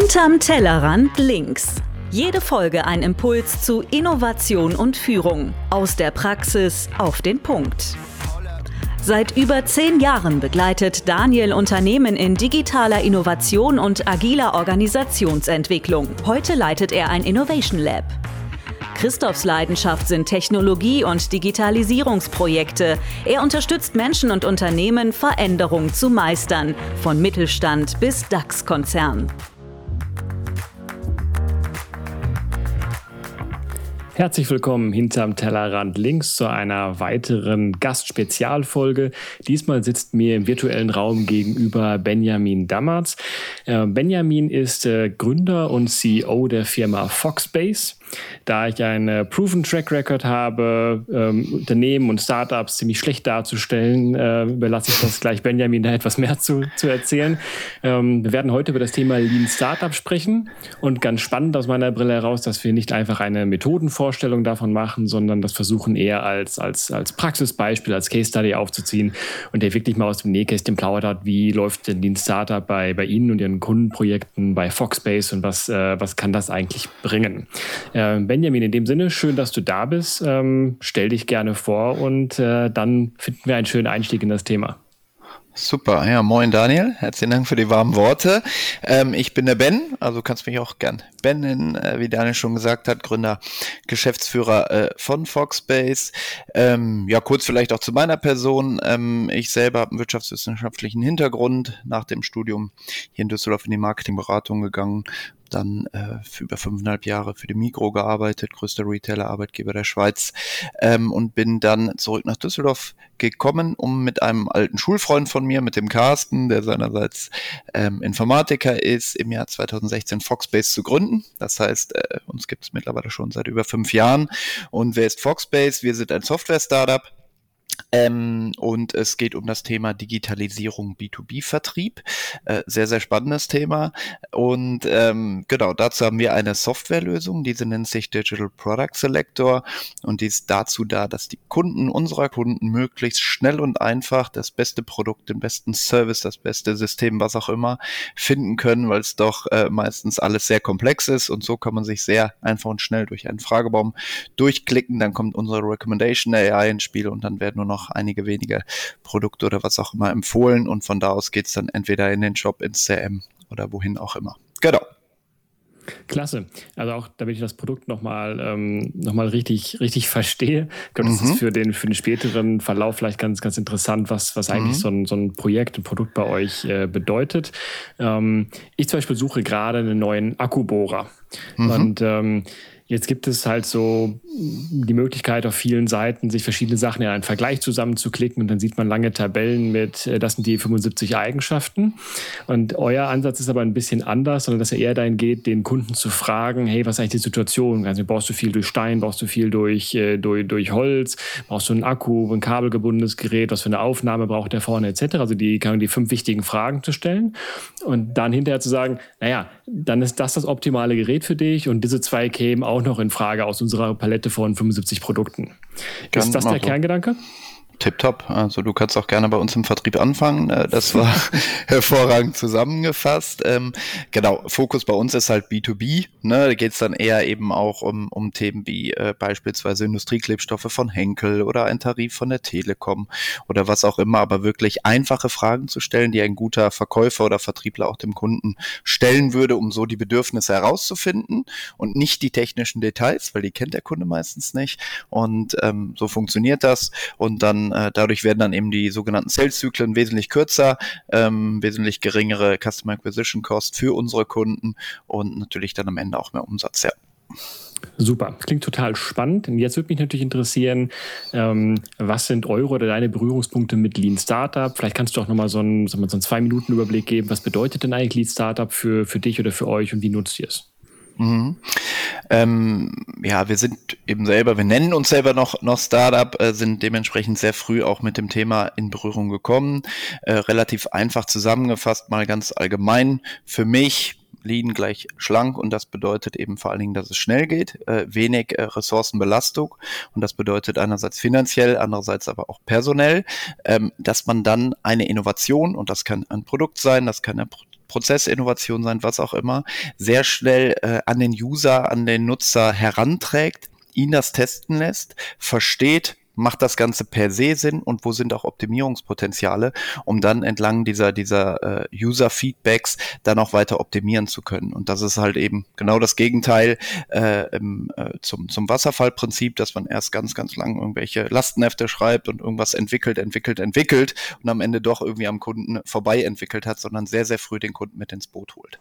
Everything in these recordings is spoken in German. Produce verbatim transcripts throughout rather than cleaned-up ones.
Hinterm Tellerrand links. Jede Folge ein Impuls zu Innovation und Führung. Aus der Praxis auf den Punkt. Seit über zehn Jahren begleitet Daniel Unternehmen in digitaler Innovation und agiler Organisationsentwicklung. Heute leitet er ein Innovation Lab. Christophs Leidenschaft sind Technologie- und Digitalisierungsprojekte. Er unterstützt Menschen und Unternehmen, Veränderung zu meistern, von Mittelstand bis DAX-Konzern. Herzlich willkommen hinterm Tellerrand links zu einer weiteren Gastspezialfolge. Diesmal sitzt mir im virtuellen Raum gegenüber Benjamin Dammertz. Äh, Benjamin ist äh, Gründer und C E O der Firma Foxbase. Da ich einen proven Track Record habe, ähm, Unternehmen und Startups ziemlich schlecht darzustellen, äh, überlasse ich das gleich Benjamin, da etwas mehr zu, zu erzählen. Ähm, wir werden heute über das Thema Lean Startup sprechen und ganz spannend aus meiner Brille heraus, dass wir nicht einfach eine Methodenvorstellung davon machen, sondern das versuchen eher als, als, als Praxisbeispiel, als Case Study aufzuziehen und der wirklich mal aus dem Nähkästchen plaudert hat, wie läuft denn Lean Startup bei, bei Ihnen und Ihren Kundenprojekten bei Foxbase und was, äh, was kann das eigentlich bringen? Benjamin, in dem Sinne, schön, dass du da bist. Ähm, stell dich gerne vor und äh, dann finden wir einen schönen Einstieg in das Thema. Super, ja, moin Daniel, herzlichen Dank für die warmen Worte. Ähm, ich bin der Ben, also kannst mich auch gern Ben nennen, äh, wie Daniel schon gesagt hat, Gründer, Geschäftsführer äh, von Foxbase. Ähm, ja, kurz vielleicht auch zu meiner Person. Ähm, ich selber habe einen wirtschaftswissenschaftlichen Hintergrund, nach dem Studium hier in Düsseldorf in die Marketingberatung gegangen, dann äh, für über fünfeinhalb Jahre für die Migros gearbeitet, größter Retailer-Arbeitgeber der Schweiz, ähm, und bin dann zurück nach Düsseldorf gekommen, um mit einem alten Schulfreund von mir, mit dem Carsten, der seinerseits ähm, Informatiker ist, im Jahr zweitausendsechzehn Foxbase zu gründen. Das heißt, äh, uns gibt es mittlerweile schon seit über fünf Jahren. Und wer ist Foxbase? Wir sind ein Software-Startup. Ähm, und es geht um das Thema Digitalisierung B zwei B-Vertrieb. Äh, sehr, sehr spannendes Thema. Und ähm, genau, dazu haben wir eine Softwarelösung, diese nennt sich Digital Product Selector und die ist dazu da, dass die Kunden unserer Kunden möglichst schnell und einfach das beste Produkt, den besten Service, das beste System, was auch immer, finden können, weil es doch äh, meistens alles sehr komplex ist und so kann man sich sehr einfach und schnell durch einen Fragebaum durchklicken. Dann kommt unsere Recommendation A I ins Spiel und dann werden nur noch einige wenige Produkte oder was auch immer empfohlen und von da aus geht es dann entweder in den Shop, ins C R M oder wohin auch immer. Genau. Klasse. Also auch, damit ich das Produkt nochmal ähm, noch mal richtig, richtig verstehe, ich glaube, das mhm. ist für den, für den späteren Verlauf vielleicht ganz, ganz interessant, was, was eigentlich mhm. so, ein, so ein Projekt, ein Produkt bei euch äh, bedeutet. Ähm, ich zum Beispiel suche gerade einen neuen Akkubohrer. Mhm. Und ähm, jetzt gibt es halt so die Möglichkeit auf vielen Seiten, sich verschiedene Sachen in einen Vergleich zusammenzuklicken und dann sieht man lange Tabellen mit, das sind die fünfundsiebzig Eigenschaften. Und euer Ansatz ist aber ein bisschen anders, sondern dass er eher dahin geht, den Kunden zu fragen, hey, was ist eigentlich die Situation? Also brauchst du viel durch Stein, brauchst du viel durch, äh, durch, durch Holz, brauchst du einen Akku, ein kabelgebundenes Gerät, was für eine Aufnahme braucht der vorne et cetera. Also die, die fünf wichtigen Fragen zu stellen und dann hinterher zu sagen, naja, dann ist das das optimale Gerät für dich und diese zwei kämen auch noch in Frage aus unserer Palette von fünfundsiebzig Produkten. Ist das der Kerngedanke? Tipptopp. Also du kannst auch gerne bei uns im Vertrieb anfangen. Das war hervorragend zusammengefasst. Ähm, genau, Fokus bei uns ist halt B zwei B. Ne? Da geht es dann eher eben auch um, um Themen wie äh, beispielsweise Industrieklebstoffe von Henkel oder ein Tarif von der Telekom oder was auch immer, aber wirklich einfache Fragen zu stellen, die ein guter Verkäufer oder Vertriebler auch dem Kunden stellen würde, um so die Bedürfnisse herauszufinden und nicht die technischen Details, weil die kennt der Kunde meistens nicht. Und ähm, so funktioniert das. Und dann dadurch werden dann eben die sogenannten Sales-Zyklen wesentlich kürzer, ähm, wesentlich geringere Customer Acquisition Cost für unsere Kunden und natürlich dann am Ende auch mehr Umsatz, ja. Super, klingt total spannend. Und jetzt würde mich natürlich interessieren, ähm, was sind eure oder deine Berührungspunkte mit Lean Startup? Vielleicht kannst du auch nochmal so einen, so einen Zwei-Minuten-Überblick geben. Was bedeutet denn eigentlich Lean Startup für, für dich oder für euch und wie nutzt ihr es? Mhm. Ähm, ja, wir sind eben selber, wir nennen uns selber noch, noch Startup, äh, sind dementsprechend sehr früh auch mit dem Thema in Berührung gekommen. Äh, relativ einfach zusammengefasst, mal ganz allgemein. Für mich Lean gleich schlank und das bedeutet eben vor allen Dingen, dass es schnell geht, äh, wenig äh, Ressourcenbelastung und das bedeutet einerseits finanziell, andererseits aber auch personell, ähm, dass man dann eine Innovation und das kann ein Produkt sein, das kann eine Prozessinnovation sein, was auch immer, sehr schnell äh, an den User, an den Nutzer heranträgt, ihn das testen lässt, versteht, macht das Ganze per se Sinn und wo sind auch Optimierungspotenziale, um dann entlang dieser dieser äh, User-Feedbacks dann auch weiter optimieren zu können. Und das ist halt eben genau das Gegenteil äh, im, äh, zum zum Wasserfallprinzip, dass man erst ganz, ganz lang irgendwelche Lastenhefte schreibt und irgendwas entwickelt, entwickelt, entwickelt und am Ende doch irgendwie am Kunden vorbei entwickelt hat, sondern sehr, sehr früh den Kunden mit ins Boot holt.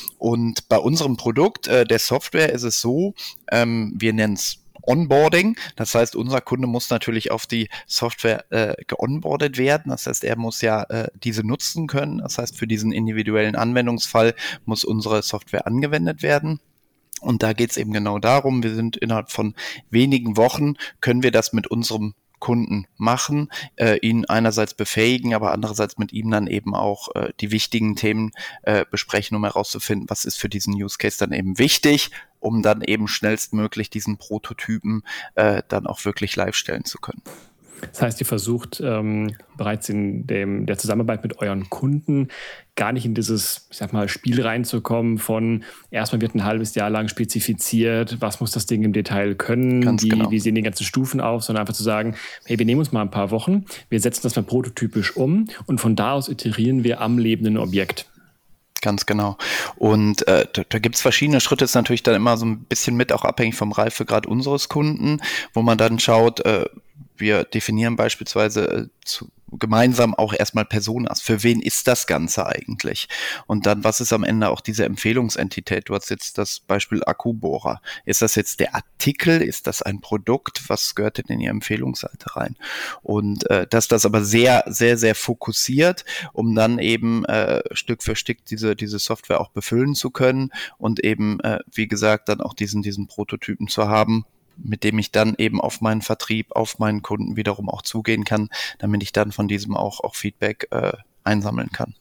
Und bei unserem Produkt, äh, der Software, ist es so, ähm, wir nennen es Onboarding, das heißt, unser Kunde muss natürlich auf die Software äh, geonboardet werden, das heißt, er muss ja äh, diese nutzen können, das heißt, für diesen individuellen Anwendungsfall muss unsere Software angewendet werden. Und da geht es eben genau darum, wir sind innerhalb von wenigen Wochen, können wir das mit unserem Kunden machen, äh, ihn einerseits befähigen, aber andererseits mit ihm dann eben auch äh, die wichtigen Themen äh, besprechen, um herauszufinden, was ist für diesen Use Case dann eben wichtig, um dann eben schnellstmöglich diesen Prototypen äh, dann auch wirklich live stellen zu können. Das heißt, ihr versucht ähm, bereits in dem, der Zusammenarbeit mit euren Kunden gar nicht in dieses, ich sag mal, Spiel reinzukommen von erstmal wird ein halbes Jahr lang spezifiziert, was muss das Ding im Detail können, Ganz wie, genau. wie sehen die ganzen Stufen auf, sondern einfach zu sagen, hey, wir nehmen uns mal ein paar Wochen, wir setzen das mal prototypisch um und von da aus iterieren wir am lebenden Objekt. Ganz genau. Und äh, da, da gibt es verschiedene Schritte, ist natürlich dann immer so ein bisschen mit auch abhängig vom Reifegrad unseres Kunden, wo man dann schaut, äh, wir definieren beispielsweise äh, zu, gemeinsam auch erstmal Personas. Für wen ist das Ganze eigentlich? Und dann, was ist am Ende auch diese Empfehlungsentität? Du hast jetzt das Beispiel Akkubohrer. Ist das jetzt der Artikel? Ist das ein Produkt? Was gehört denn in die Empfehlungsseite rein? Und äh, dass das aber sehr, sehr, sehr fokussiert, um dann eben äh, Stück für Stück diese, diese Software auch befüllen zu können und eben, äh, wie gesagt, dann auch diesen, diesen Prototypen zu haben, mit dem ich dann eben auf meinen Vertrieb, auf meinen Kunden wiederum auch zugehen kann, damit ich dann von diesem auch, auch Feedback äh, einsammeln kann.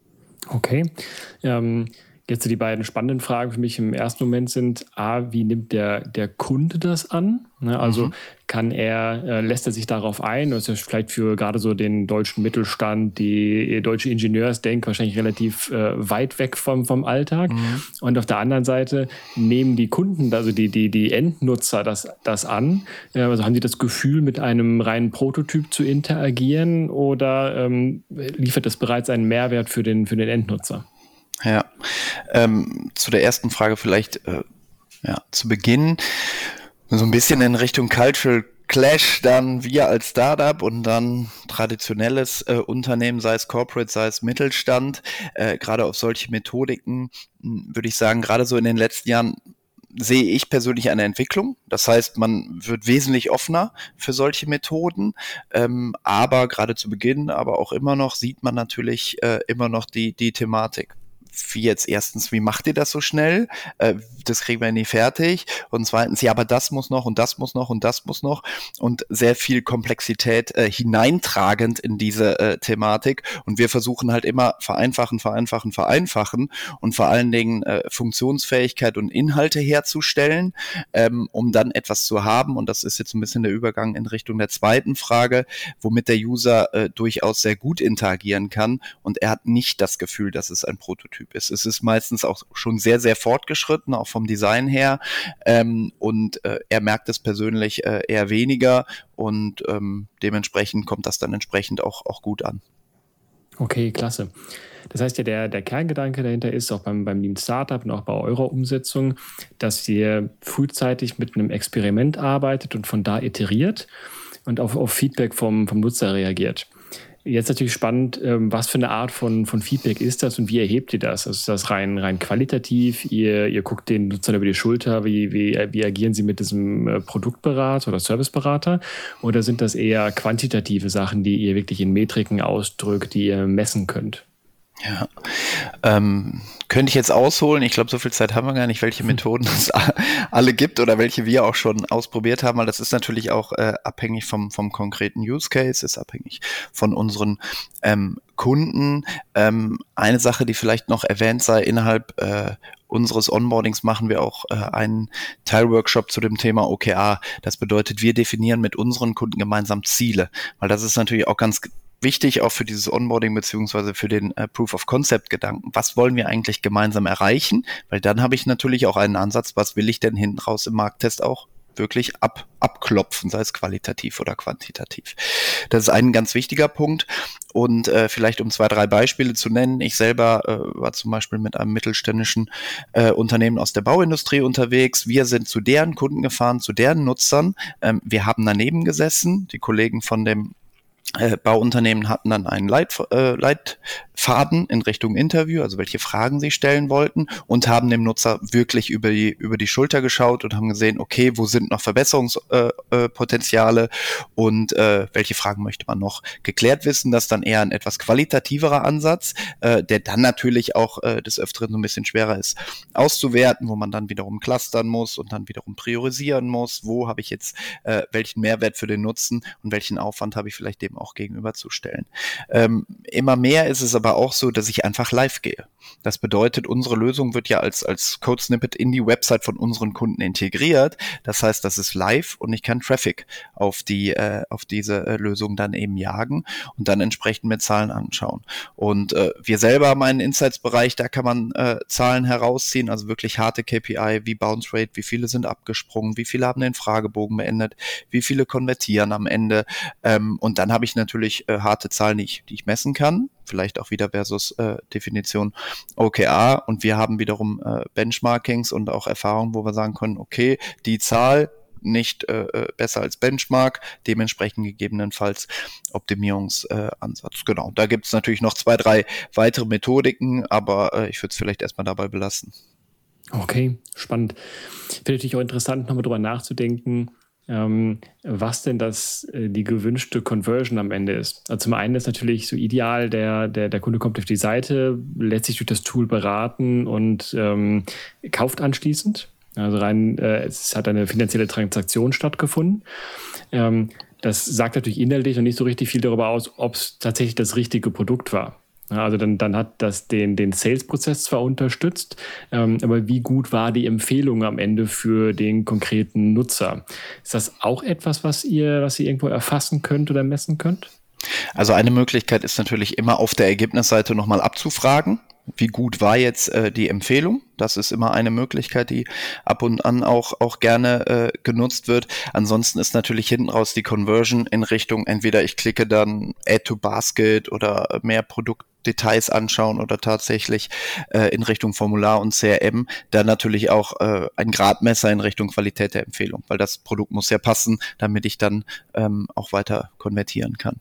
Okay. Ähm, jetzt die beiden spannenden Fragen für mich im ersten Moment sind, A, wie nimmt der, der Kunde das an? Ne, also mhm. kann er, äh, lässt er sich darauf ein? Das ist ja vielleicht für gerade so den deutschen Mittelstand, die deutsche Ingenieursdenk wahrscheinlich relativ äh, weit weg vom, vom Alltag. Mhm. Und auf der anderen Seite nehmen die Kunden, also die, die, die Endnutzer das, das an? Äh, also haben sie das Gefühl, mit einem reinen Prototyp zu interagieren oder ähm, liefert das bereits einen Mehrwert für den, für den Endnutzer? Ja, ähm, zu der ersten Frage vielleicht äh, ja, zu Beginn so ein bisschen in Richtung Cultural Clash, dann wir als Startup und dann traditionelles äh, Unternehmen, sei es Corporate, sei es Mittelstand, äh, gerade auf solche Methodiken würde ich sagen, gerade so in den letzten Jahren sehe ich persönlich eine Entwicklung. Das heißt, man wird wesentlich offener für solche Methoden, ähm, aber gerade zu Beginn, aber auch immer noch sieht man natürlich äh, immer noch die die Thematik. Wie jetzt erstens, wie macht ihr das so schnell? Äh, das kriegen wir nie fertig. Und zweitens, ja, aber das muss noch und das muss noch und das muss noch. Und sehr viel Komplexität äh, hineintragend in diese äh, Thematik. Und wir versuchen halt immer vereinfachen, vereinfachen, vereinfachen und vor allen Dingen äh, Funktionsfähigkeit und Inhalte herzustellen, ähm, um dann etwas zu haben. Und das ist jetzt ein bisschen der Übergang in Richtung der zweiten Frage, womit der User äh, durchaus sehr gut interagieren kann. Und er hat nicht das Gefühl, dass es ein Prototyp ist. Es ist meistens auch schon sehr, sehr fortgeschritten, auch vom Design her. Ähm, und äh, er merkt es persönlich äh, eher weniger und ähm, dementsprechend kommt das dann entsprechend auch, auch gut an. Okay, klasse. Das heißt ja, der, der Kerngedanke dahinter ist, auch beim, beim Lean Startup und auch bei eurer Umsetzung, dass ihr frühzeitig mit einem Experiment arbeitet und von da iteriert und auf, auf Feedback vom, vom Nutzer reagiert. Jetzt natürlich spannend, was für eine Art von, von Feedback ist das und wie erhebt ihr das? Also ist das rein, rein qualitativ? Ihr, ihr guckt den Nutzern über die Schulter, wie, wie, wie agieren sie mit diesem Produktberater oder Serviceberater? Oder sind das eher quantitative Sachen, die ihr wirklich in Metriken ausdrückt, die ihr messen könnt? Ja, ähm, könnte ich jetzt ausholen. Ich glaube, so viel Zeit haben wir gar nicht, welche Methoden es alle gibt oder welche wir auch schon ausprobiert haben, weil das ist natürlich auch äh, abhängig vom, vom konkreten Use Case, ist abhängig von unseren ähm, Kunden. Ähm, eine Sache, die vielleicht noch erwähnt sei, innerhalb äh, unseres Onboardings machen wir auch äh, einen Teilworkshop zu dem Thema O K R. Das bedeutet, wir definieren mit unseren Kunden gemeinsam Ziele, weil das ist natürlich auch ganz wichtig auch für dieses Onboarding beziehungsweise für den äh, Proof-of-Concept-Gedanken. Was wollen wir eigentlich gemeinsam erreichen? Weil dann habe ich natürlich auch einen Ansatz, was will ich denn hinten raus im Markttest auch wirklich ab, abklopfen, sei es qualitativ oder quantitativ. Das ist ein ganz wichtiger Punkt. Und äh, vielleicht um zwei, drei Beispiele zu nennen. Ich selber äh, war zum Beispiel mit einem mittelständischen äh, Unternehmen aus der Bauindustrie unterwegs. Wir sind zu deren Kunden gefahren, zu deren Nutzern. Ähm, wir haben daneben gesessen. Die Kollegen von dem Äh, Bauunternehmen hatten dann einen Leit, äh, Leitfaden in Richtung Interview, also welche Fragen sie stellen wollten, und haben dem Nutzer wirklich über die, über die Schulter geschaut und haben gesehen, okay, wo sind noch Verbesserungspotenziale äh, äh, und äh, welche Fragen möchte man noch geklärt wissen. Das ist dann eher ein etwas qualitativerer Ansatz, äh, der dann natürlich auch äh, des Öfteren so ein bisschen schwerer ist auszuwerten, wo man dann wiederum clustern muss und dann wiederum priorisieren muss, wo habe ich jetzt äh, welchen Mehrwert für den Nutzen und welchen Aufwand habe ich vielleicht dem auch gegenüberzustellen. Ähm, immer mehr ist es aber auch so, dass ich einfach live gehe. Das bedeutet, unsere Lösung wird ja als, als Code-Snippet in die Website von unseren Kunden integriert. Das heißt, das ist live und ich kann Traffic auf die, äh, auf diese äh, Lösung dann eben jagen und dann entsprechend mit Zahlen anschauen. Und äh, wir selber haben einen Insights-Bereich, da kann man äh, Zahlen herausziehen, also wirklich harte K P I wie Bounce Rate, wie viele sind abgesprungen, wie viele haben den Fragebogen beendet, wie viele konvertieren am Ende. Ähm, und dann habe ich natürlich äh, harte Zahlen, die ich, die ich messen kann, vielleicht auch wieder versus äh, Definition O K R, und wir haben wiederum äh, Benchmarkings und auch Erfahrungen, wo wir sagen können, okay, die Zahl nicht äh, besser als Benchmark, dementsprechend gegebenenfalls Optimierungsansatz. Äh, genau, da gibt es natürlich noch zwei, drei weitere Methodiken, aber äh, ich würde es vielleicht erstmal dabei belassen. Okay, spannend. Finde ich auch interessant, nochmal drüber nachzudenken, Ähm, was denn das äh, die gewünschte Conversion am Ende ist. Also zum einen ist natürlich so ideal, der, der, der Kunde kommt auf die Seite, lässt sich durch das Tool beraten und ähm, kauft anschließend. Also rein, äh, es hat eine finanzielle Transaktion stattgefunden. Ähm, das sagt natürlich inhaltlich noch nicht so richtig viel darüber aus, ob es tatsächlich das richtige Produkt war. Ja, also dann, dann hat das den, den Sales-Prozess zwar unterstützt, ähm, aber wie gut war die Empfehlung am Ende für den konkreten Nutzer? Ist das auch etwas, was ihr, was ihr irgendwo erfassen könnt oder messen könnt? Also eine Möglichkeit ist natürlich immer auf der Ergebnisseite nochmal abzufragen. Wie gut war jetzt äh, die Empfehlung? Das ist immer eine Möglichkeit, die ab und an auch, auch gerne äh, genutzt wird. Ansonsten ist natürlich hinten raus die Conversion in Richtung, entweder ich klicke dann Add to Basket oder mehr Produktdetails anschauen oder tatsächlich äh, in Richtung Formular und C R M, dann natürlich auch äh, ein Gradmesser in Richtung Qualität der Empfehlung, weil das Produkt muss ja passen, damit ich dann ähm, auch weiter konvertieren kann.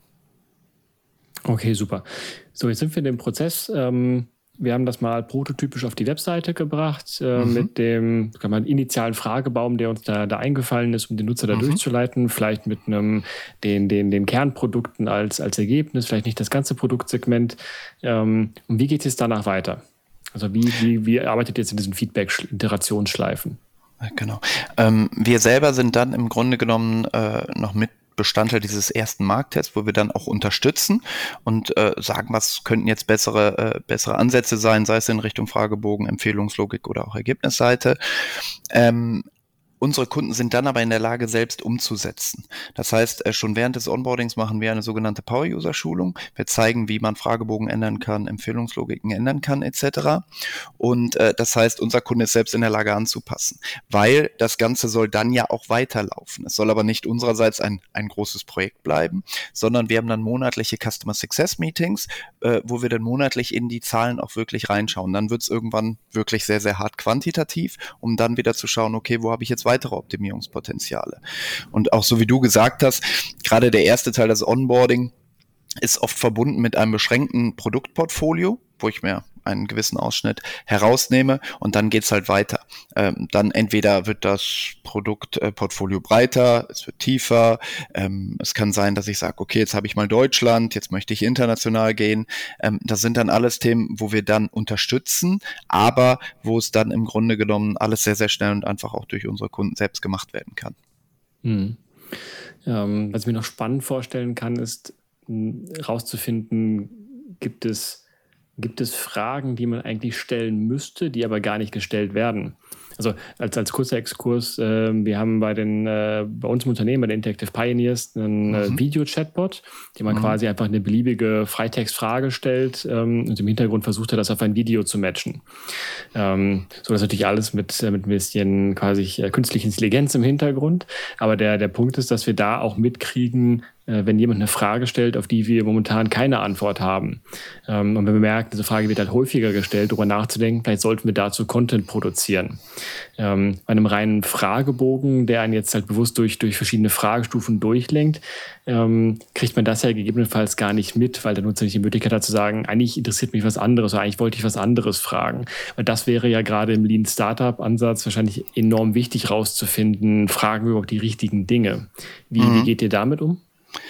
Okay, super. So, jetzt sind wir in dem Prozess. Ähm Wir haben das mal prototypisch auf die Webseite gebracht, äh, mhm. mit dem kann man, initialen Fragebaum, der uns da, da eingefallen ist, um den Nutzer da mhm. durchzuleiten. Vielleicht mit einem den, den, den Kernprodukten als, als Ergebnis, vielleicht nicht das ganze Produktsegment. Ähm, und wie geht es danach weiter? Also wie, wie, wie arbeitet ihr jetzt in diesen Feedback-Iterationsschleifen? Genau. Ähm, wir selber sind dann im Grunde genommen äh, noch mit Bestandteil dieses ersten Markttests, wo wir dann auch unterstützen und äh, sagen, was könnten jetzt bessere, äh, bessere Ansätze sein, sei es in Richtung Fragebogen, Empfehlungslogik oder auch Ergebnisseite. Ähm, Unsere Kunden sind dann aber in der Lage, selbst umzusetzen. Das heißt, schon während des Onboardings machen wir eine sogenannte Power-User-Schulung. Wir zeigen, wie man Fragebogen ändern kann, Empfehlungslogiken ändern kann, et cetera. Und äh, das heißt, unser Kunde ist selbst in der Lage anzupassen, weil das Ganze soll dann ja auch weiterlaufen. Es soll aber nicht unsererseits ein, ein großes Projekt bleiben, sondern wir haben dann monatliche Customer Success Meetings, äh, wo wir dann monatlich in die Zahlen auch wirklich reinschauen. Dann wird es irgendwann wirklich sehr, sehr hart quantitativ, um dann wieder zu schauen, okay, wo habe ich jetzt weitere Optimierungspotenziale. Und auch so wie du gesagt hast, gerade der erste Teil, das Onboarding, ist oft verbunden mit einem beschränkten Produktportfolio, wo ich mir einen gewissen Ausschnitt herausnehme und dann geht's halt weiter. Ähm, dann entweder wird das Produktportfolio breiter, es wird tiefer, ähm, es kann sein, dass ich sage, okay, jetzt habe ich mal Deutschland, jetzt möchte ich international gehen. Ähm, das sind dann alles Themen, wo wir dann unterstützen, aber wo es dann im Grunde genommen alles sehr, sehr schnell und einfach auch durch unsere Kunden selbst gemacht werden kann. Hm. Ähm, was ich mir noch spannend vorstellen kann, ist rauszufinden, gibt es, gibt es Fragen, die man eigentlich stellen müsste, die aber gar nicht gestellt werden. Also als, als kurzer Exkurs, äh, wir haben bei den äh, bei uns im Unternehmen, bei den Interactive Pioneers, einen äh, Mhm. Video-Chatbot, dem man Mhm. quasi einfach eine beliebige Freitextfrage stellt ähm, und im Hintergrund versucht er, das auf ein Video zu matchen. Ähm, so dass natürlich alles mit, mit ein bisschen quasi äh, künstlicher Intelligenz im Hintergrund. Aber der, der Punkt ist, dass wir da auch mitkriegen, äh, wenn jemand eine Frage stellt, auf die wir momentan keine Antwort haben. Ähm, und wenn wir merken, diese Frage wird halt häufiger gestellt, darüber nachzudenken, vielleicht sollten wir dazu Content produzieren. Ähm, bei einem reinen Fragebogen, der einen jetzt halt bewusst durch, durch verschiedene Fragestufen durchlenkt, ähm, kriegt man das ja gegebenenfalls gar nicht mit, weil der Nutzer nicht die Möglichkeit hat zu sagen, eigentlich interessiert mich was anderes oder eigentlich wollte ich was anderes fragen. Weil das wäre ja gerade im Lean Startup-Ansatz wahrscheinlich enorm wichtig rauszufinden, fragen wir überhaupt die richtigen Dinge. Wie, Mhm. wie geht ihr damit um?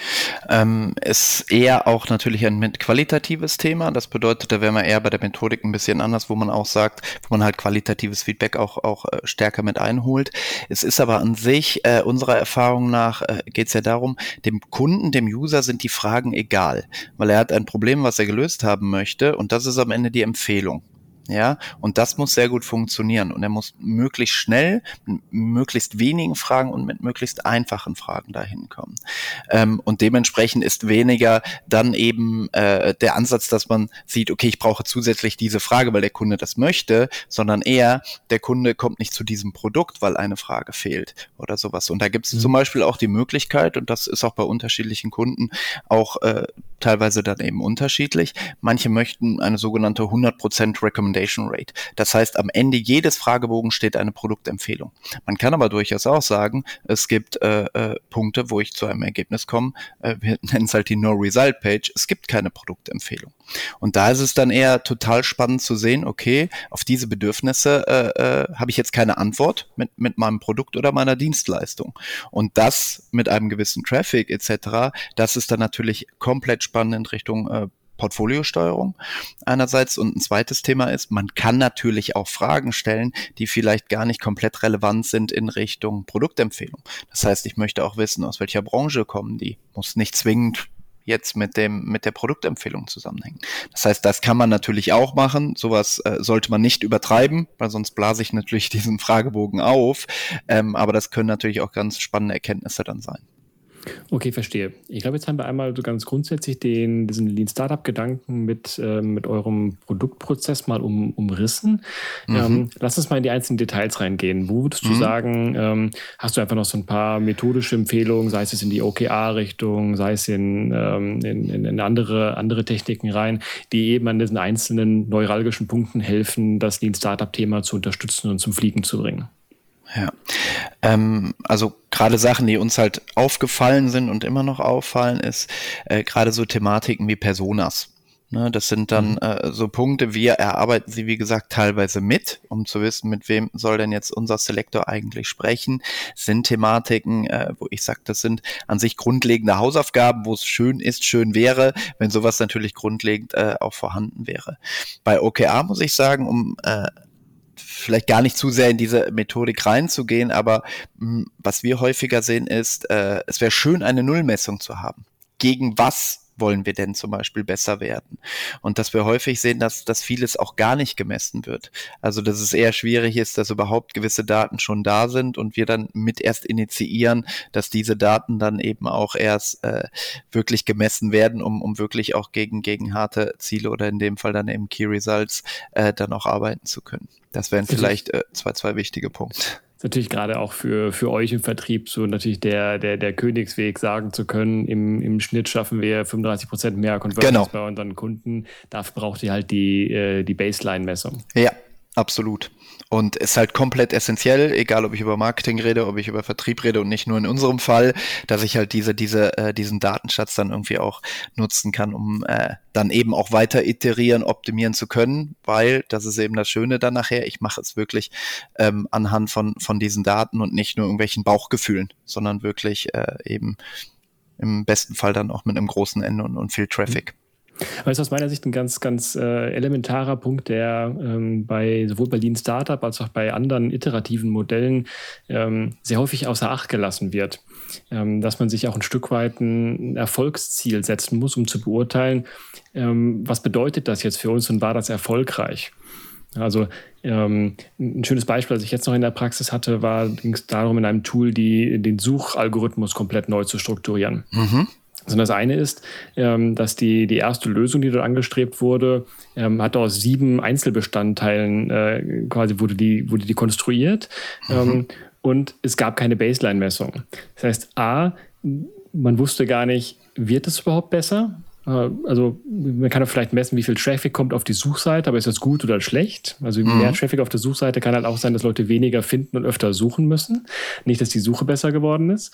Ähm, ist eher auch natürlich ein mit- qualitatives Thema. Das bedeutet, da wären wir eher bei der Methodik ein bisschen anders, wo man auch sagt, wo man halt qualitatives Feedback auch, auch äh, stärker mit einholt. Es ist aber an sich, äh, unserer Erfahrung nach, äh, geht es ja darum, dem Kunden, dem User sind die Fragen egal, weil er hat ein Problem, was er gelöst haben möchte, und das ist am Ende die Empfehlung. Ja, und das muss sehr gut funktionieren, und er muss möglichst schnell, mit möglichst wenigen Fragen und mit möglichst einfachen Fragen dahin kommen. Ähm, und dementsprechend ist weniger dann eben äh, der Ansatz, dass man sieht, okay, ich brauche zusätzlich diese Frage, weil der Kunde das möchte, sondern eher, der Kunde kommt nicht zu diesem Produkt, weil eine Frage fehlt oder sowas. Und da gibt es mhm. zum Beispiel auch die Möglichkeit, und das ist auch bei unterschiedlichen Kunden auch äh, teilweise dann eben unterschiedlich. Manche möchten eine sogenannte hundert Prozent Recommendation Rate. Das heißt, am Ende jedes Fragebogen steht eine Produktempfehlung. Man kann aber durchaus auch sagen, es gibt äh, äh, Punkte, wo ich zu einem Ergebnis komme, äh, wir nennen es halt die No-Result-Page, es gibt keine Produktempfehlung. Und da ist es dann eher total spannend zu sehen, okay, auf diese Bedürfnisse äh, äh, habe ich jetzt keine Antwort mit, mit meinem Produkt oder meiner Dienstleistung. Und das mit einem gewissen Traffic et cetera, das ist dann natürlich komplett spannend in Richtung äh, Portfoliosteuerung einerseits, und ein zweites Thema ist, man kann natürlich auch Fragen stellen, die vielleicht gar nicht komplett relevant sind in Richtung Produktempfehlung. Das heißt, ich möchte auch wissen, aus welcher Branche kommen die. Muss nicht zwingend jetzt mit dem mit der Produktempfehlung zusammenhängen. Das heißt, das kann man natürlich auch machen. Sowas äh, sollte man nicht übertreiben, weil sonst blase ich natürlich diesen Fragebogen auf. Ähm, aber das können natürlich auch ganz spannende Erkenntnisse dann sein. Okay, verstehe. Ich glaube, jetzt haben wir einmal so ganz grundsätzlich den, diesen Lean-Startup-Gedanken mit, äh, mit eurem Produktprozess mal um, umrissen. Mhm. Ähm, lass uns mal in die einzelnen Details reingehen. Wo würdest du mhm. sagen, ähm, hast du einfach noch so ein paar methodische Empfehlungen, sei es jetzt in die O K R-Richtung, sei es in, ähm, in, in andere, andere Techniken rein, die eben an diesen einzelnen neuralgischen Punkten helfen, das Lean-Startup-Thema zu unterstützen und zum Fliegen zu bringen? Ja, ähm, also gerade Sachen, die uns halt aufgefallen sind und immer noch auffallen, ist äh, gerade so Thematiken wie Personas. Ne, das sind dann äh, so Punkte, wir erarbeiten sie, wie gesagt, teilweise mit, um zu wissen, mit wem soll denn jetzt unser Selektor eigentlich sprechen. Das sind Thematiken, äh, wo ich sage, das sind an sich grundlegende Hausaufgaben, wo es schön ist, schön wäre, wenn sowas natürlich grundlegend äh, auch vorhanden wäre. Bei O K R muss ich sagen, um äh, vielleicht gar nicht zu sehr in diese Methodik reinzugehen, aber mh, was wir häufiger sehen ist, äh, es wäre schön, eine Nullmessung zu haben. Gegen was wollen wir denn zum Beispiel besser werden? Und dass wir häufig sehen, dass, dass vieles auch gar nicht gemessen wird. Also dass es eher schwierig ist, dass überhaupt gewisse Daten schon da sind und wir dann mit erst initiieren, dass diese Daten dann eben auch erst äh, wirklich gemessen werden, um, um wirklich auch gegen, gegen harte Ziele oder in dem Fall dann eben Key Results äh, dann auch arbeiten zu können. Das wären vielleicht äh, zwei, zwei wichtige Punkte. Das ist natürlich gerade auch für, für euch im Vertrieb so natürlich der, der, der Königsweg, sagen zu können, im, im Schnitt schaffen wir fünfunddreißig Prozent mehr Conversions genau. bei unseren Kunden. Dafür braucht ihr halt die, die Baseline-Messung. Ja, absolut. Und ist halt komplett essentiell, egal ob ich über Marketing rede, ob ich über Vertrieb rede und nicht nur in unserem Fall, dass ich halt diese, diese, äh, diesen Datenschatz dann irgendwie auch nutzen kann, um äh, dann eben auch weiter iterieren, optimieren zu können, weil, das ist eben das Schöne dann nachher, ich mache es wirklich ähm, anhand von, von diesen Daten und nicht nur irgendwelchen Bauchgefühlen, sondern wirklich äh, eben im besten Fall dann auch mit einem großen Ende und, und viel Traffic. Das ist aus meiner Sicht ein ganz, ganz äh, elementarer Punkt, der ähm, bei sowohl bei Lean Startup als auch bei anderen iterativen Modellen ähm, sehr häufig außer Acht gelassen wird. Ähm, dass man sich auch ein Stück weit ein Erfolgsziel setzen muss, um zu beurteilen, ähm, was bedeutet das jetzt für uns und war das erfolgreich? Also ähm, ein schönes Beispiel, das ich jetzt noch in der Praxis hatte, war, ging es darum, in einem Tool die, den Suchalgorithmus komplett neu zu strukturieren. Mhm. Also das eine ist, ähm, dass die, die erste Lösung, die dort angestrebt wurde, ähm, hat aus sieben Einzelbestandteilen äh, quasi wurde die, wurde die konstruiert. Mhm. Ähm, und es gab keine Baseline-Messung. Das heißt, A, man wusste gar nicht, wird es überhaupt besser? Also man kann auch vielleicht messen, wie viel Traffic kommt auf die Suchseite, aber ist das gut oder schlecht? Also mhm. mehr Traffic auf der Suchseite kann halt auch sein, dass Leute weniger finden und öfter suchen müssen. Nicht, dass die Suche besser geworden ist.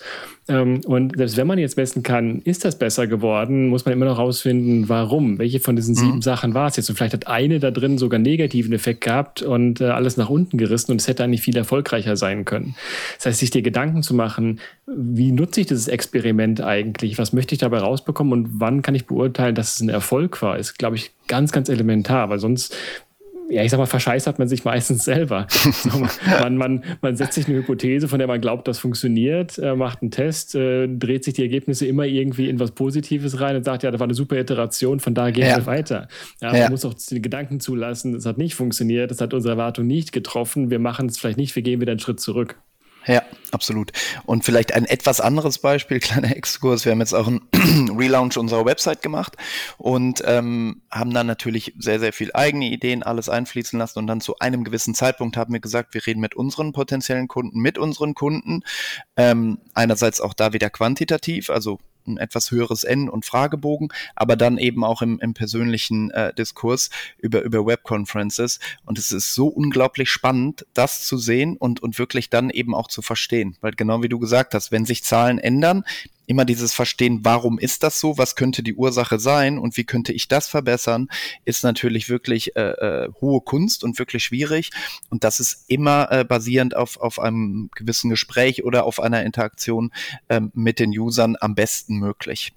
Und selbst wenn man jetzt messen kann, ist das besser geworden, muss man immer noch rausfinden, warum. Welche von diesen sieben mhm. Sachen war es jetzt? Und vielleicht hat eine da drin sogar einen negativen Effekt gehabt und alles nach unten gerissen und es hätte eigentlich viel erfolgreicher sein können. Das heißt, sich dir Gedanken zu machen, wie nutze ich dieses Experiment eigentlich? Was möchte ich dabei rausbekommen und wann kann ich beurteilen, dass es ein Erfolg war, ist, glaube ich, ganz, ganz elementar, weil sonst, ja, ich sag mal, verscheißert man sich meistens selber. man, man, man setzt sich eine Hypothese, von der man glaubt, das funktioniert, äh, macht einen Test, äh, dreht sich die Ergebnisse immer irgendwie in was Positives rein und sagt, ja, das war eine super Iteration, von da gehen ja. wir weiter. Ja, man ja. muss auch die Gedanken zulassen, es hat nicht funktioniert, es hat unsere Erwartung nicht getroffen, wir machen es vielleicht nicht, wir gehen wieder einen Schritt zurück. Ja, absolut. Und vielleicht ein etwas anderes Beispiel, kleiner Exkurs. Wir haben jetzt auch einen Relaunch unserer Website gemacht und ähm, haben dann natürlich sehr, sehr viel eigene Ideen, alles einfließen lassen. Und dann zu einem gewissen Zeitpunkt haben wir gesagt, wir reden mit unseren potenziellen Kunden, mit unseren Kunden. Ähm, einerseits auch da wieder quantitativ, also ein etwas höheres N- und Fragebogen, aber dann eben auch im, im persönlichen äh, Diskurs über, über Webconferences. Und es ist so unglaublich spannend, das zu sehen und, und wirklich dann eben auch zu verstehen. Weil genau wie du gesagt hast, wenn sich Zahlen ändern, immer dieses Verstehen, warum ist das so, was könnte die Ursache sein und wie könnte ich das verbessern, ist natürlich wirklich äh, äh, hohe Kunst und wirklich schwierig. Und das ist immer äh, basierend auf, auf einem gewissen Gespräch oder auf einer Interaktion ähm, mit den Usern am besten möglich.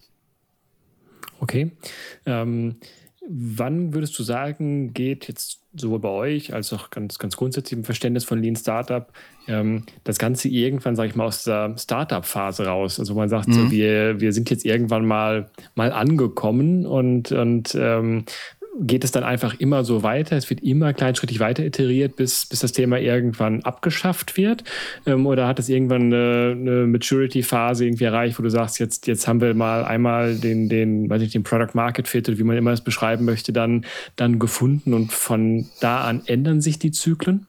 Okay. Ähm, wann würdest du sagen, geht jetzt sowohl bei euch als auch ganz, ganz grundsätzlich im Verständnis von Lean Startup ähm, das Ganze irgendwann, sage ich mal, aus der Startup-Phase raus? Also man sagt, mhm. so, wir, wir sind jetzt irgendwann mal, mal angekommen und, und ähm, geht es dann einfach immer so weiter? Es wird immer kleinschrittig weiter iteriert, bis, bis das Thema irgendwann abgeschafft wird? Ähm, oder hat es irgendwann eine, eine Maturity-Phase irgendwie erreicht, wo du sagst, jetzt, jetzt haben wir mal einmal den, den, weiß nicht, den Product Market Fit oder wie man immer es beschreiben möchte, dann, dann gefunden und von da an ändern sich die Zyklen?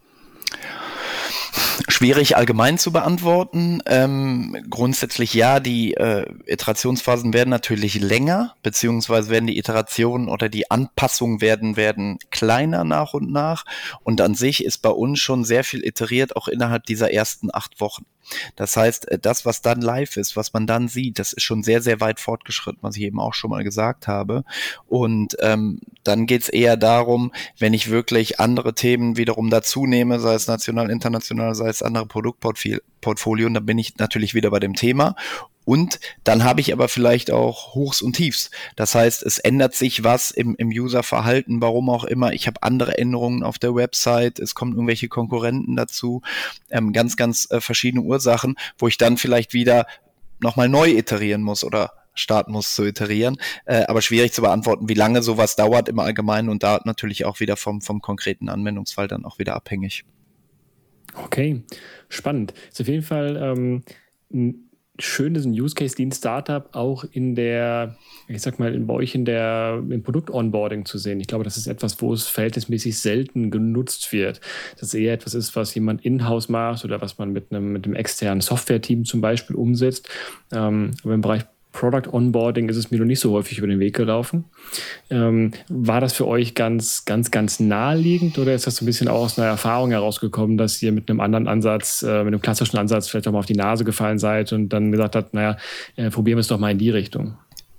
Schwierig allgemein zu beantworten. Ähm, grundsätzlich ja, die äh, Iterationsphasen werden natürlich länger, beziehungsweise werden die Iterationen oder die Anpassungen werden, werden kleiner nach und nach. Und an sich ist bei uns schon sehr viel iteriert, auch innerhalb dieser ersten acht Wochen. Das heißt, das, was dann live ist, was man dann sieht, das ist schon sehr, sehr weit fortgeschritten, was ich eben auch schon mal gesagt habe. Und ähm, dann geht's eher darum, wenn ich wirklich andere Themen wiederum dazu nehme, sei es national, international, sei es andere Produktportfolio, dann bin ich natürlich wieder bei dem Thema. Und dann habe ich aber vielleicht auch Hochs und Tiefs. Das heißt, es ändert sich was im, im Userverhalten, warum auch immer. Ich habe andere Änderungen auf der Website, es kommen irgendwelche Konkurrenten dazu, ähm, ganz, ganz äh, verschiedene Ursachen, wo ich dann vielleicht wieder nochmal neu iterieren muss oder starten muss zu iterieren. Äh, aber schwierig zu beantworten, wie lange sowas dauert im Allgemeinen und da natürlich auch wieder vom, vom konkreten Anwendungsfall dann auch wieder abhängig. Okay, spannend. Ist auf jeden Fall ähm, ein schön, diesen Use Case Lean Startup auch in der, ich sag mal, bei euch in der, im Produkt-Onboarding zu sehen. Ich glaube, das ist etwas, wo es verhältnismäßig selten genutzt wird. Dass es eher etwas ist, was jemand in-house macht oder was man mit einem, mit einem externen Software-Team zum Beispiel umsetzt. Ähm, aber im Bereich Product Onboarding ist es mir noch nicht so häufig über den Weg gelaufen. Ähm, war das für euch ganz, ganz, ganz naheliegend oder ist das so ein bisschen auch aus einer Erfahrung herausgekommen, dass ihr mit einem anderen Ansatz, äh, mit einem klassischen Ansatz vielleicht auch mal auf die Nase gefallen seid und dann gesagt habt, naja, äh, probieren wir es doch mal in die Richtung?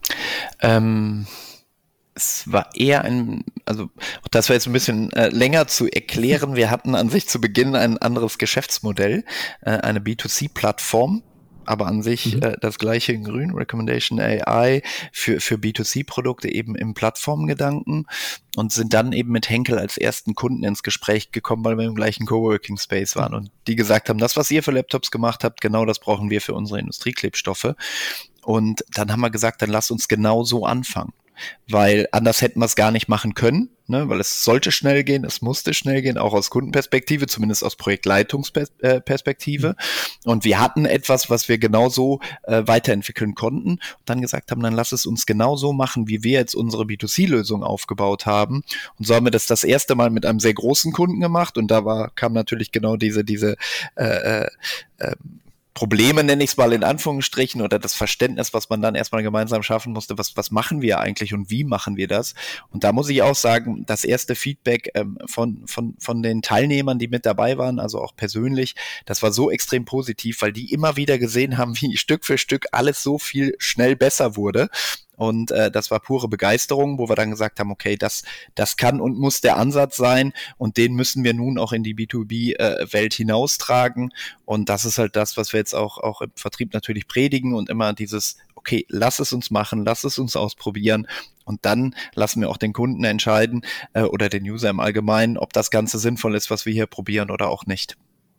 Ähm, es war eher ein, also das war jetzt ein bisschen äh, länger zu erklären. Wir hatten an sich zu Beginn ein anderes Geschäftsmodell, äh, eine B zwei C-Plattform. Aber an sich mhm. äh, das gleiche in grün, Recommendation A I für, für B zwei C-Produkte eben im Plattformgedanken und sind dann eben mit Henkel als ersten Kunden ins Gespräch gekommen, weil wir im gleichen Coworking Space waren und die gesagt haben, das, was ihr für Laptops gemacht habt, genau das brauchen wir für unsere Industrieklebstoffe. Und dann haben wir gesagt, dann lasst uns genau so anfangen. weil anders hätten wir es gar nicht machen können, ne? Weil es sollte schnell gehen, es musste schnell gehen, auch aus Kundenperspektive, zumindest aus Projektleitungsperspektive. Und wir hatten etwas, was wir genauso äh, weiterentwickeln konnten und dann gesagt haben, dann lass es uns genauso machen, wie wir jetzt unsere B zwei C-Lösung aufgebaut haben. Und so haben wir das das erste Mal mit einem sehr großen Kunden gemacht und da war kam natürlich genau diese diese äh, äh, Probleme, nenne ich es mal in Anführungsstrichen, oder das Verständnis, was man dann erstmal gemeinsam schaffen musste, was was machen wir eigentlich und wie machen wir das? Und da muss ich auch sagen, das erste Feedback ähm, von von von den Teilnehmern, die mit dabei waren, also auch persönlich, das war so extrem positiv, weil die immer wieder gesehen haben, wie Stück für Stück alles so viel schnell besser wurde. Und äh, das war pure Begeisterung, wo wir dann gesagt haben, okay, das das kann und muss der Ansatz sein und den müssen wir nun auch in die B zwei B-Welt hinaustragen. Und das ist halt das, was wir jetzt auch auch im Vertrieb natürlich predigen und immer dieses, okay, lass es uns machen, lass es uns ausprobieren und dann lassen wir auch den Kunden entscheiden äh, oder den User im Allgemeinen, ob das Ganze sinnvoll ist, was wir hier probieren oder auch nicht.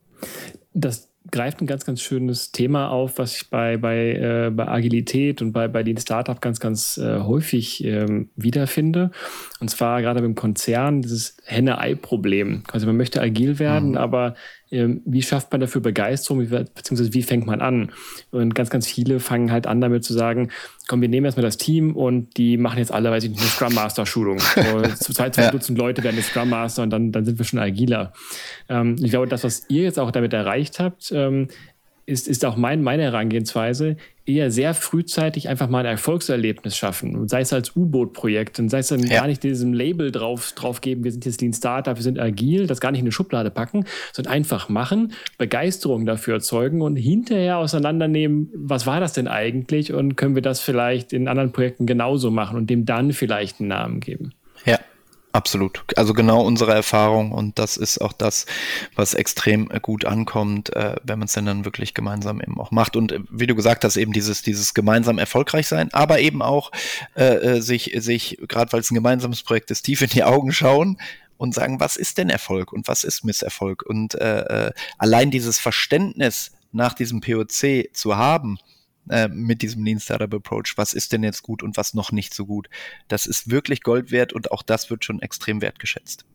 Das greift ein ganz, ganz schönes Thema auf, was ich bei, bei, äh, bei Agilität und bei, bei den Startup ganz, ganz äh, häufig ähm, wiederfinde. Und zwar gerade beim Konzern dieses Henne-Ei-Problem. Also man möchte agil werden, mhm. aber ähm, wie schafft man dafür Begeisterung, wie, beziehungsweise wie fängt man an? Und ganz, ganz viele fangen halt an damit zu sagen, komm, wir nehmen erstmal das Team und die machen jetzt alle, weiß ich nicht, eine Scrum Master Schulung. Zurzeit zwei ja. Dutzend Leute werden jetzt Scrum Master und dann, dann sind wir schon agiler. Ähm, ich glaube, das, was ihr jetzt auch damit erreicht habt, ähm, ist, ist auch mein, meine Herangehensweise, eher sehr frühzeitig einfach mal ein Erfolgserlebnis schaffen. Und sei es als U-Boot-Projekt und sei es dann ja. gar nicht diesem Label drauf, drauf geben, wir sind jetzt Lean Startup, wir sind agil, das gar nicht in eine Schublade packen, sondern einfach machen, Begeisterung dafür erzeugen und hinterher auseinandernehmen, was war das denn eigentlich und können wir das vielleicht in anderen Projekten genauso machen und dem dann vielleicht einen Namen geben. Ja. Absolut. Also genau unsere Erfahrung und das ist auch das, was extrem gut ankommt, äh, wenn man es denn dann wirklich gemeinsam eben auch macht. Und äh, wie du gesagt hast, eben dieses dieses gemeinsam erfolgreich sein, aber eben auch äh, sich, sich gerade weil es ein gemeinsames Projekt ist, tief in die Augen schauen und sagen, was ist denn Erfolg und was ist Misserfolg? Und äh, allein dieses Verständnis nach diesem P O C zu haben, mit diesem Lean Startup Approach, was ist denn jetzt gut und was noch nicht so gut. Das ist wirklich Gold wert und auch das wird schon extrem wertgeschätzt.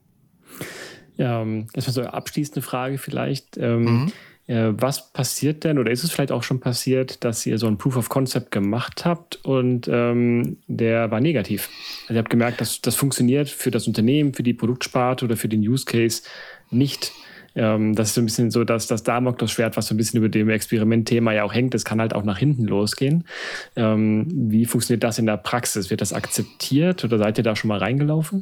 Ja, erstmal so eine abschließende Frage vielleicht. Mhm. Äh, was passiert denn, oder ist es vielleicht auch schon passiert, dass ihr so ein Proof of Concept gemacht habt und ähm, der war negativ? Also ihr habt gemerkt, dass das funktioniert für das Unternehmen, für die Produktsparte oder für den Use Case nicht. Ähm, das ist so ein bisschen so, dass das Damoklesschwert, was so ein bisschen über dem Experimentthema ja auch hängt, das kann halt auch nach hinten losgehen. Ähm, wie funktioniert das in der Praxis? Wird das akzeptiert oder seid ihr da schon mal reingelaufen?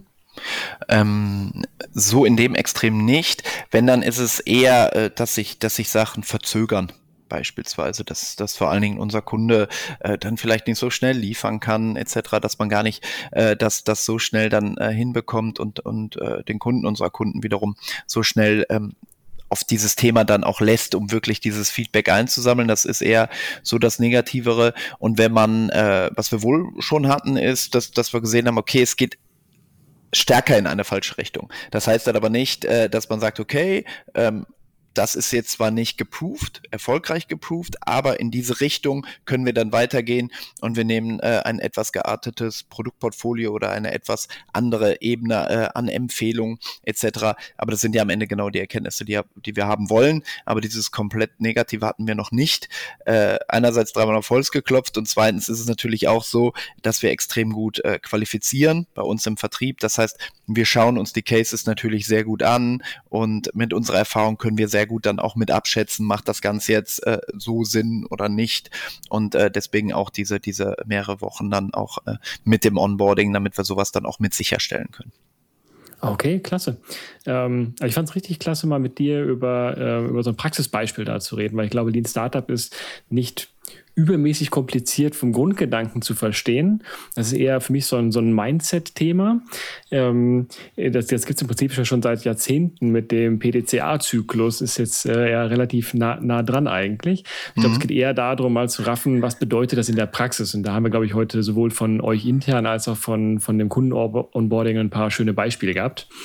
Ähm, so in dem Extrem nicht. Wenn, dann ist es eher, äh, dass sich, dass sich Sachen verzögern. Beispielsweise, dass, dass vor allen Dingen unser Kunde äh, dann vielleicht nicht so schnell liefern kann, et cetera, dass man gar nicht äh, das, das so schnell dann äh, hinbekommt und, und äh, den Kunden unserer Kunden wiederum so schnell ähm, auf dieses Thema dann auch lässt, um wirklich dieses Feedback einzusammeln. Das ist eher so das Negativere. Und wenn man, äh, was wir wohl schon hatten, ist, dass, dass wir gesehen haben, okay, es geht stärker in eine falsche Richtung. Das heißt dann aber nicht, äh, dass man sagt, okay, ähm, das ist jetzt zwar nicht geproved, erfolgreich geproved, aber in diese Richtung können wir dann weitergehen und wir nehmen äh, ein etwas geartetes Produktportfolio oder eine etwas andere Ebene äh, an Empfehlungen et cetera. Aber das sind ja am Ende genau die Erkenntnisse, die, die wir haben wollen. Aber dieses komplett Negative hatten wir noch nicht. Äh, einerseits dreimal auf Holz geklopft und zweitens ist es natürlich auch so, dass wir extrem gut äh, qualifizieren bei uns im Vertrieb. Das heißt, wir schauen uns die Cases natürlich sehr gut an und mit unserer Erfahrung können wir sehr gut dann auch mit abschätzen, macht das Ganze jetzt äh, so Sinn oder nicht und äh, deswegen auch diese diese mehrere Wochen dann auch äh, mit dem Onboarding, damit wir sowas dann auch mit sicherstellen können. Okay, klasse. Ähm, ich fand es richtig klasse, mal mit dir über, äh, über so ein Praxisbeispiel da zu reden, weil ich glaube, Lean Startup ist nicht übermäßig kompliziert vom Grundgedanken zu verstehen. Das ist eher für mich so ein, so ein Mindset-Thema. Ähm, das das gibt es im Prinzip schon seit Jahrzehnten mit dem P D C A-Zyklus, ist jetzt äh, ja relativ nah, nah dran eigentlich. Ich glaube, mhm. es geht eher darum, mal zu raffen, was bedeutet das in der Praxis. Und da haben wir, glaube ich, heute sowohl von euch intern als auch von, von dem Kunden-Onboarding ein paar schöne Beispiele gehabt.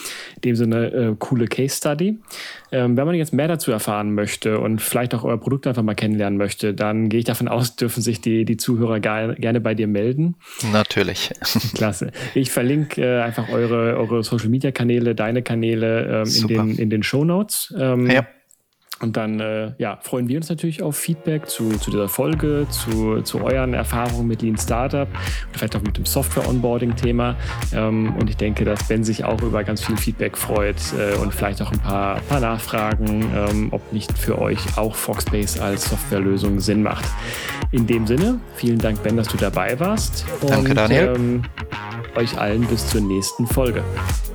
dem Sinne äh, coole Case Study. Ähm, wenn man jetzt mehr dazu erfahren möchte und vielleicht auch euer Produkt einfach mal kennenlernen möchte, dann gehe ich davon aus, dürfen sich die, die Zuhörer gar, gerne bei dir melden. Natürlich. Klasse. Ich verlinke äh, einfach eure, eure Social-Media-Kanäle, deine Kanäle ähm, in den, in den Shownotes. Ähm, ja. Und dann äh, ja, freuen wir uns natürlich auf Feedback zu, zu dieser Folge, zu, zu euren Erfahrungen mit Lean Startup und vielleicht auch mit dem Software-Onboarding-Thema. Ähm, und ich denke, dass Ben sich auch über ganz viel Feedback freut äh, und vielleicht auch ein paar, paar Nachfragen, ähm, ob nicht für euch auch Foxbase als Softwarelösung Sinn macht. In dem Sinne, vielen Dank, Ben, dass du dabei warst. Danke, und, Daniel. Ähm, euch allen bis zur nächsten Folge.